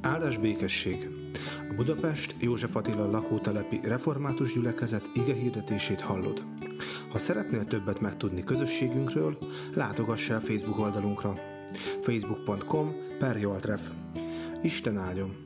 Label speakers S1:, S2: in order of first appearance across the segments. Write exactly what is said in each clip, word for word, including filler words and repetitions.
S1: Áldás békesség! A Budapest József Attila lakótelepi református gyülekezet igehirdetését hallod. Ha szeretnél többet megtudni közösségünkről, látogass el Facebook oldalunkra. facebook pont com per joltref. Isten áldjon!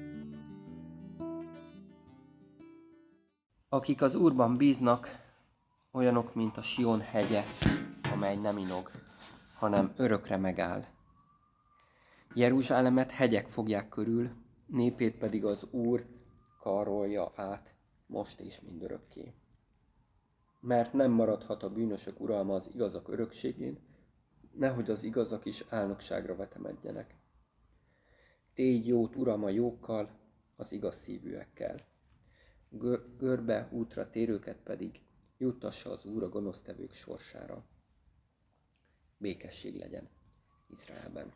S2: Akik az Úrban bíznak, olyanok, mint a Sion hegye, amely nem inog, hanem örökre megáll. Jeruzsálemet hegyek fogják körül, népét pedig az Úr karolja át, most és mindörökké. Mert nem maradhat a bűnösök uralma az igazak örökségén, nehogy az igazak is álnokságra vetemedjenek. Tégy jót, Uram, a jókkal, az igaz szívűekkel. Görbe útra térőket pedig juttassa az Úr a gonosztevők sorsára. Békesség legyen Izraelben.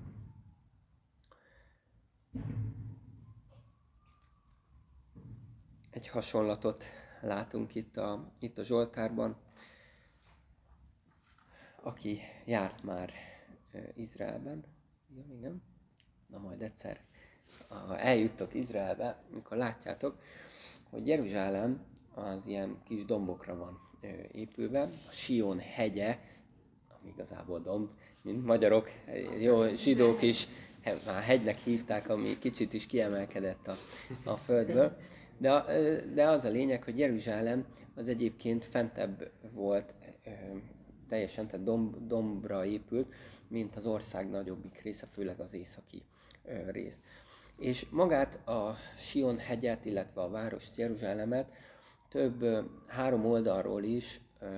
S2: Egy hasonlatot látunk itt a, itt a Zsoltárban. Aki járt már Izraelben, igen, még nem? Na majd egyszer, ha eljuttok Izraelbe, amikor látjátok, hogy Jeruzsálem az ilyen kis dombokra van épülve, a Sion hegye, ami igazából domb, mint magyarok, jó, zsidók is már hegynek hívták, ami kicsit is kiemelkedett a, a földből. De, de az a lényeg, hogy Jeruzsálem az egyébként fentebb volt, teljesen, tehát domb, dombra épült, mint az ország nagyobbik része, főleg az északi rész. És magát a Sion hegyet, illetve a várost, Jeruzsálemet több három oldalról is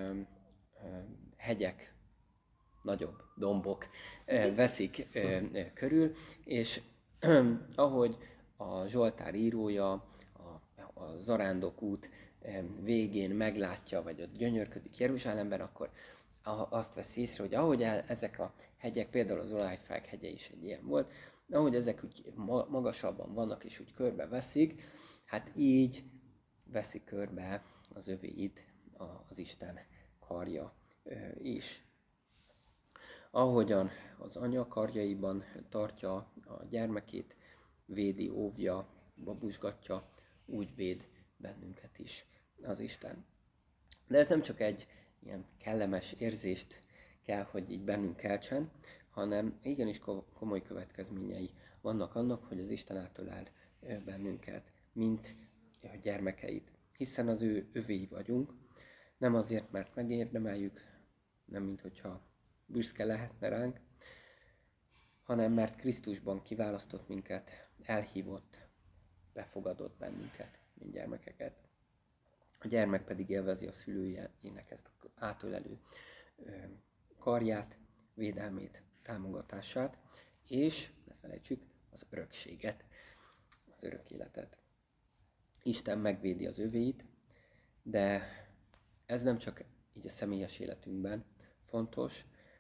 S2: hegyek, nagyobb dombok veszik körül, és ahogy a Zsoltár írója a, a Zarándok út végén meglátja, vagy ott gyönyörködik Jeruzsálemben, akkor azt vesz észre, hogy ahogy ezek a hegyek, például az Olajfák hegye is egy ilyen volt, ahogy ezek úgy magasabban vannak és úgy körbe veszik, hát így veszik körbe az övéit az Isten karja is. Ahogyan az anya karjaiban tartja a gyermekét, védi, óvja, babusgatja, úgy véd bennünket is az Isten. De ez nem csak egy ilyen kellemes érzést kell, hogy így bennünk keltsen, hanem igenis komoly következményei vannak annak, hogy az Isten átölel bennünket, mint a gyermekeit. Hiszen az ő övéi vagyunk, nem azért, mert megérdemeljük, nem mint hogyha büszke lehetne ránk, hanem mert Krisztusban kiválasztott minket, elhívott, befogadott bennünket, mint gyermekeket. A gyermek pedig élvezi a szülőjének ezt átölelő karját, védelmét, támogatását, és ne felejtsük az örökséget, az örök életet. Isten megvédi az övéit, de ez nem csak így a személyes életünkben fontos,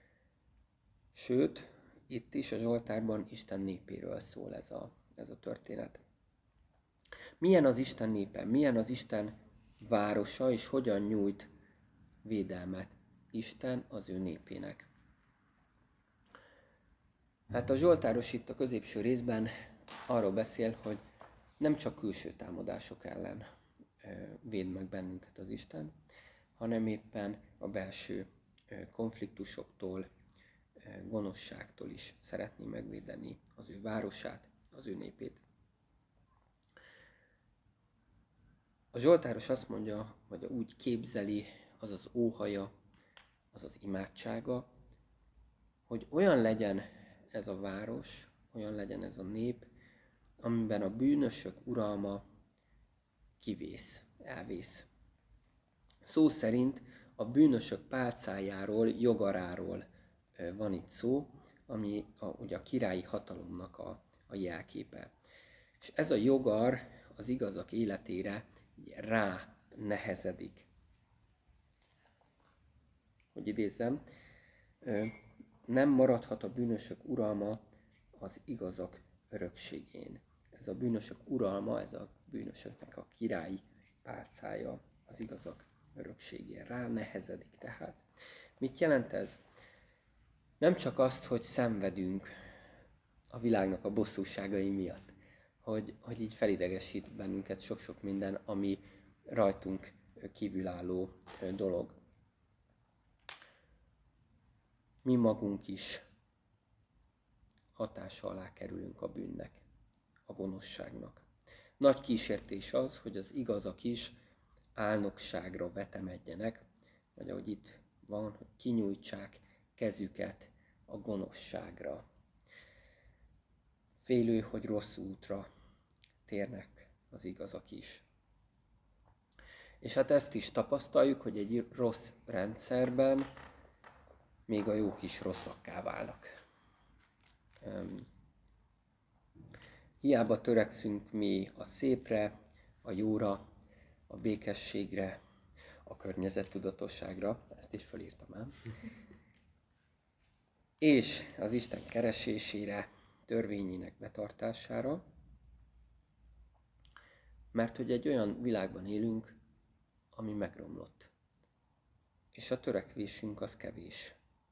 S2: sőt, itt is a Zsoltárban Isten népéről szól ez a, ez a történet. Milyen az Isten népe, milyen az Isten városa, és hogyan nyújt védelmet Isten az ő népének. Hát a Zsoltáros itt a középső részben arról beszél, hogy nem csak külső támadások ellen véd meg bennünket az Isten, hanem éppen a belső konfliktusoktól, gonoszságtól is szeretné megvédeni az ő városát, az ő népét. A Zsoltáros azt mondja, vagy úgy képzeli, az az óhaja, az az imádsága, hogy olyan legyen ez a város, olyan legyen ez a nép, amiben a bűnösök uralma kivész, elvész. Szó szerint a bűnösök pálcájáról, jogaráról van itt szó, ami a, ugye a királyi hatalomnak a, a jelképe. És ez a jogar az igazak életére rá nehezedik. Hogy idézzem, nem maradhat a bűnösök uralma az igazak örökségén. Ez a bűnösök uralma, ez a bűnösöknek a királyi pálcája az igazak örökségén. Rá nehezedik tehát. Mit jelent ez? Nem csak azt, hogy szenvedünk a világnak a bosszúságai miatt, hogy, hogy így felidegesít bennünket sok-sok minden, ami rajtunk kívülálló dolog. Mi magunk is hatása alá kerülünk a bűnnek, a gonoszságnak. Nagy kísértés az, hogy az igazak is álnokságra vetemedjenek, vagy ahogy itt van, hogy kinyújtsák kezüket a gonoszságra. Félő, hogy rossz útra térnek az igazak is. És hát ezt is tapasztaljuk, hogy egy rossz rendszerben még a jók is rosszakká válnak. Um, hiába törekszünk mi a szépre, a jóra, a békességre, a környezettudatosságra, ezt is felírtam el, és az Isten keresésére, törvényének betartására, mert hogy egy olyan világban élünk, ami megromlott, és a törekvésünk az kevés.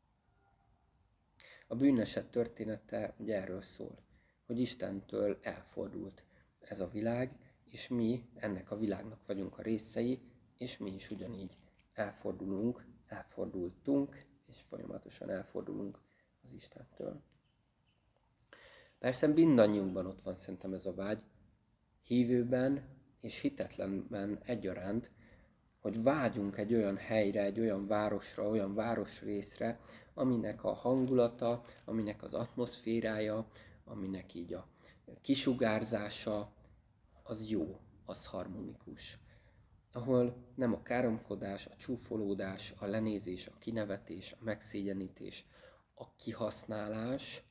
S2: A bűneset története ugye erről szól, hogy Istentől elfordult ez a világ, és mi ennek a világnak vagyunk a részei, és mi is ugyanígy elfordulunk, elfordultunk, és folyamatosan elfordulunk az Istentől. Persze mindannyiunkban ott van szerintem ez a vágy, hívőben és hitetlenben egyaránt, hogy vágyunk egy olyan helyre, egy olyan városra, olyan városrészre, aminek a hangulata, aminek az atmoszférája, aminek így a kisugárzása, az jó, az harmonikus. Ahol nem a káromkodás, a csúfolódás, a lenézés, a kinevetés, a megszégyenítés, a kihasználásnak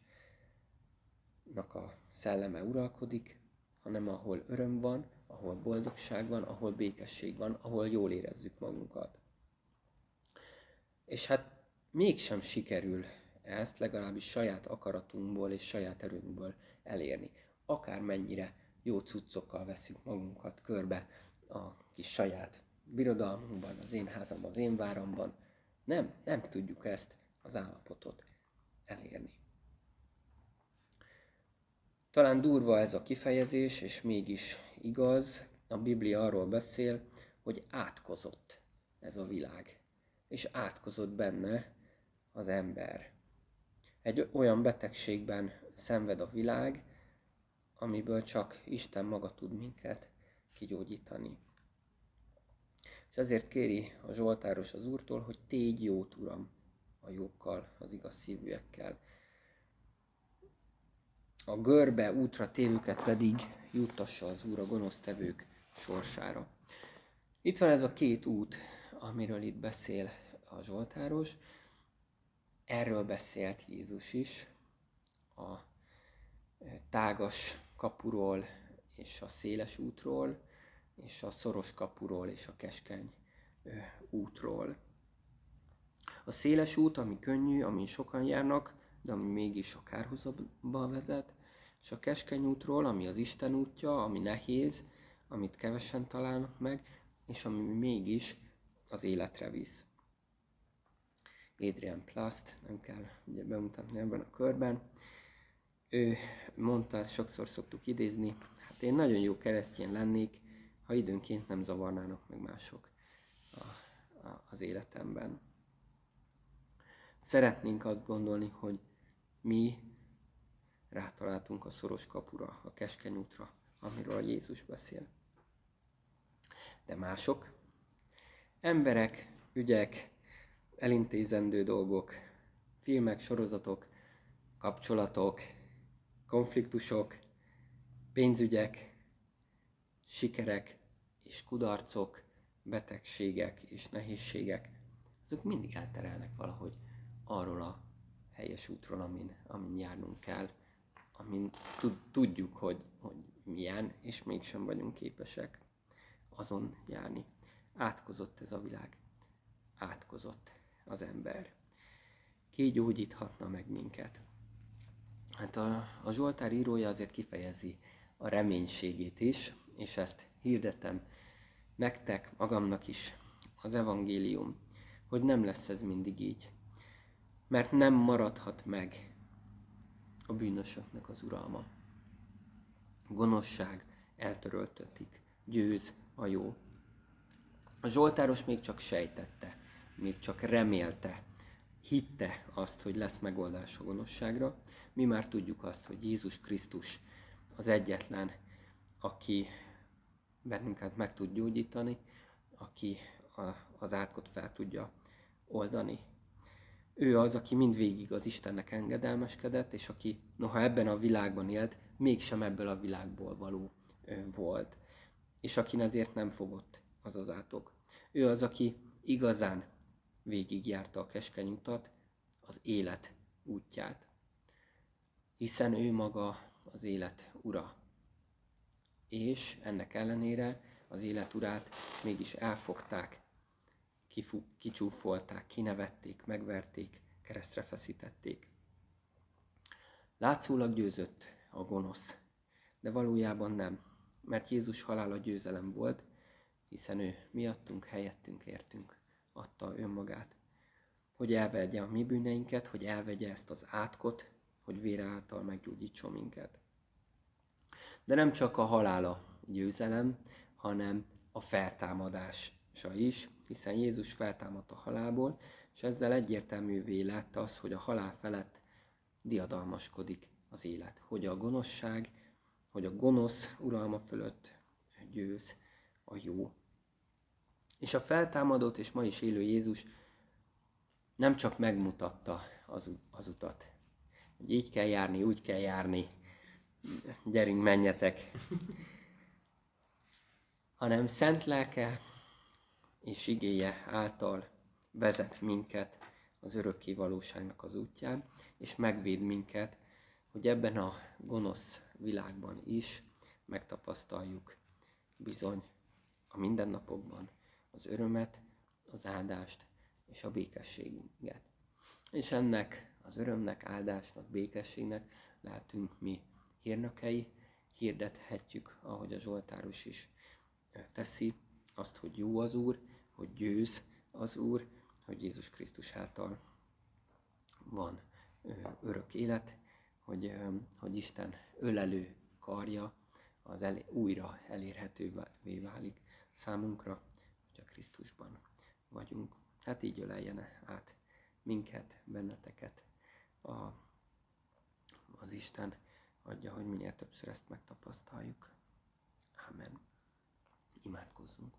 S2: a szelleme uralkodik, hanem ahol öröm van, ahol boldogság van, ahol békesség van, ahol jól érezzük magunkat. És hát mégsem sikerül ezt legalábbis saját akaratunkból és saját erőnkből elérni. Akármennyire jó cuccokkal veszünk magunkat körbe a kis saját birodalmunkban, az én házamban, az én váramban, nem, nem tudjuk ezt az állapotot elérni. Talán durva ez a kifejezés, és mégis igaz, a Biblia arról beszél, hogy átkozott ez a világ, és átkozott benne az ember. Egy olyan betegségben szenved a világ, amiből csak Isten maga tud minket kigyógyítani. És ezért kéri a zsoltáros az Úrtól, hogy tégy jót, Uram, a jókkal, az igaz szívűekkel. A görbe útra térőket pedig juttassa az Úr a gonosztevők sorsára. Itt van ez a két út, amiről itt beszél a zsoltáros. Erről beszélt Jézus is, a tágas kapuról és a széles útról, és a szoros kapuról és a keskeny útról. A széles út, ami könnyű, ami sokan járnak, de ami mégis a kárhozatba vezet, és a keskeny útról, ami az Isten útja, ami nehéz, amit kevesen találnak meg, és ami mégis az életre visz. Adrian Plast, nem kell ugye bemutatni ebben a körben, ő mondta, ezt sokszor szoktuk idézni, hát én nagyon jó keresztény lennék, ha időnként nem zavarnának meg mások a, a, az életemben. Szeretnénk azt gondolni, hogy mi rátaláltunk a szoros kapura, a keskeny útra, amiről Jézus beszél. De mások, emberek, ügyek, elintézendő dolgok, filmek, sorozatok, kapcsolatok, konfliktusok, pénzügyek, sikerek és kudarcok, betegségek és nehézségek, azok mindig elterelnek valahogy arról a helyes útról, amin, amin járnunk kell, amin tudjuk, hogy, hogy milyen, és mégsem vagyunk képesek azon járni. Átkozott ez a világ. Átkozott az ember. Ki gyógyíthatna meg minket? Hát a, a Zsoltár írója azért kifejezi a reménységét is, és ezt hirdetem nektek, magamnak is, az evangélium, hogy nem lesz ez mindig így. Mert nem maradhat meg a bűnösöknek az uralma. gonoszság eltöröltetik, győz a jó. A zsoltáros még csak sejtette, még csak remélte, hitte azt, hogy lesz megoldás a gonoszságra. Mi már tudjuk azt, hogy Jézus Krisztus az egyetlen, aki bennünket meg tud gyógyítani, aki a, az átkot fel tudja oldani. Ő az, aki mindvégig az Istennek engedelmeskedett, és aki, noha ebben a világban élt, mégsem ebből a világból való ö, volt. És akin ezért nem fogott az az átok. Ő az, aki igazán végigjárta a keskeny utat, az élet útját. Hiszen ő maga az élet ura. És ennek ellenére az élet urát mégis elfogták, kifu, kicsúfolták, kinevették, megverték, keresztre feszítették. Látszólag győzött a gonosz, de valójában nem, mert Jézus halála győzelem volt, hiszen ő miattunk, helyettünk, értünk adta önmagát, hogy elvegye a mi bűneinket, hogy elvegye ezt az átkot, hogy vére által meggyógyítson minket. De nem csak a halála győzelem, hanem a feltámadása is, hiszen Jézus feltámadt a halálból, és ezzel egyértelművé lett az, hogy a halál felett diadalmaskodik az élet. Hogy a gonoszság, hogy a gonosz uralma fölött győz a jó. És a feltámadott és ma is élő Jézus nem csak megmutatta az, az utat, hogy így kell járni, úgy kell járni, gyerünk, menjetek, hanem szent lelke és igéje által vezet minket az örökké valóságnak az útján, és megvéd minket, hogy ebben a gonosz világban is megtapasztaljuk bizony a mindennapokban az örömet, az áldást és a békességet. És ennek az örömnek, áldásnak, békességnek lehetünk mi hírnökei, hirdethetjük, ahogy a zsoltáros is teszi, azt, hogy jó az Úr, hogy győz az Úr, hogy Jézus Krisztus által van örök élet, hogy, hogy Isten ölelő karja az elé, újra elérhetővé válik számunkra, hogy a Krisztusban vagyunk. Hát így öleljen át minket, benneteket a, az Isten, adja, hogy minél többször ezt megtapasztaljuk. Ámen. Imádkozzunk.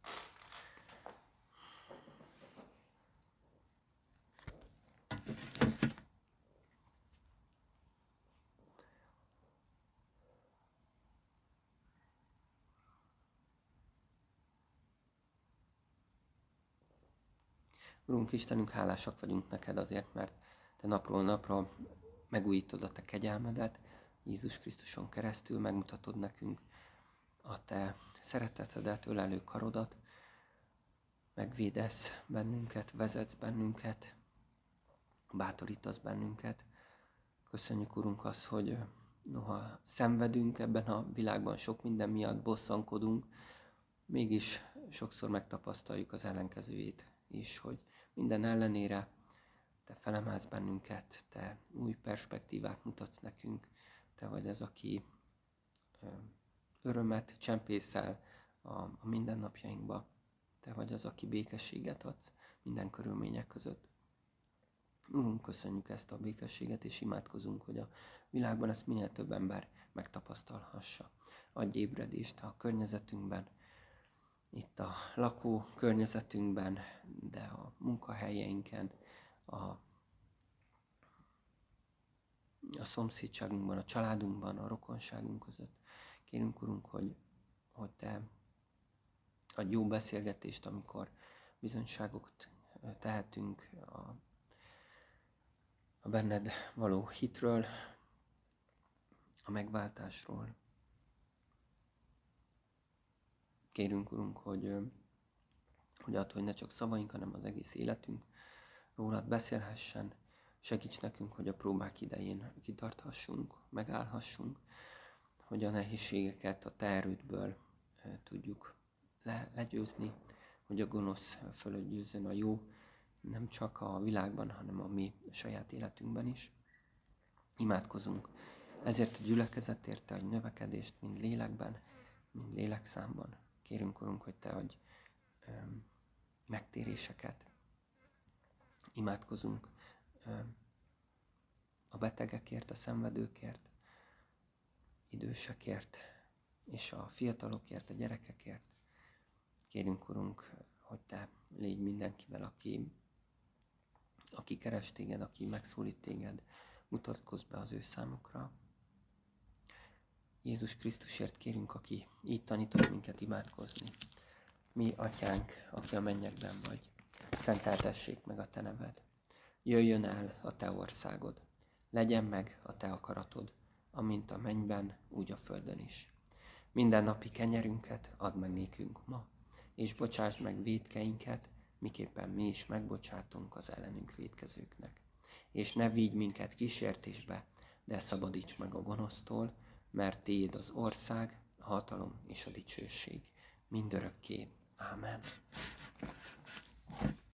S2: Urunk Istenünk, hálásak vagyunk neked azért, mert te napról napra megújítod a te kegyelmedet, Jézus Krisztuson keresztül megmutatod nekünk a te szeretetedet, ölelő karodat, megvédesz bennünket, vezetsz bennünket, bátorítasz bennünket. Köszönjük, Urunk, azt, hogy noha szenvedünk ebben a világban, sok minden miatt bosszankodunk, mégis sokszor megtapasztaljuk az ellenkezőjét is, hogy minden ellenére te felemelsz bennünket, te új perspektívát mutatsz nekünk, te vagy az, aki örömet csempészel a, a mindennapjainkba, te vagy az, aki békességet adsz minden körülmények között. Urunk, köszönjük ezt a békességet, és imádkozunk, hogy a világban ezt minél több ember megtapasztalhassa. Adj ébredést a környezetünkben, itt a lakó környezetünkben, de a munkahelyeinken, a, a szomszédságunkban, a családunkban, a rokonságunk között. Kérünk, Urunk, hogy, hogy te adj jó beszélgetést, amikor bizonyságokat tehetünk a, a benned való hitről, a megváltásról. Kérünk, Urunk, hogy, hogy add, hogy ne csak szavaink, hanem az egész életünk rólad beszélhessen. Segíts nekünk, hogy a próbák idején kitarthassunk, megállhassunk, hogy a nehézségeket a te erődből tudjuk le, legyőzni, hogy a gonosz fölött győzzön a jó, nem csak a világban, hanem a mi saját életünkben is. Imádkozunk Ezért a gyülekezet érte a növekedést, mind lélekben, mind lélekszámban. Kérünk, Urunk, hogy Te adj öm, megtéréseket. Imádkozunk öm, a betegekért, a szenvedőkért, idősekért, és a fiatalokért, a gyerekekért. Kérünk, Urunk, hogy Te légy mindenkivel, aki, aki keres Téged, aki megszólít Téged, mutatkozz be az ő számukra. Jézus Krisztusért kérünk, aki így tanított minket imádkozni. Mi, Atyánk, aki a mennyekben vagy, szenteltessék meg a Te neved. Jöjjön el a Te országod. Legyen meg a Te akaratod, amint a mennyben, úgy a földön is. Minden napi kenyerünket add meg nékünk ma, és bocsásd meg vétkeinket, miképpen mi is megbocsátunk az ellenünk vétkezőknek. És ne vigy minket kísértésbe, de szabadíts meg a gonosztól, mert Tiéd az ország, a hatalom és a dicsőség mindörökké. Ámen.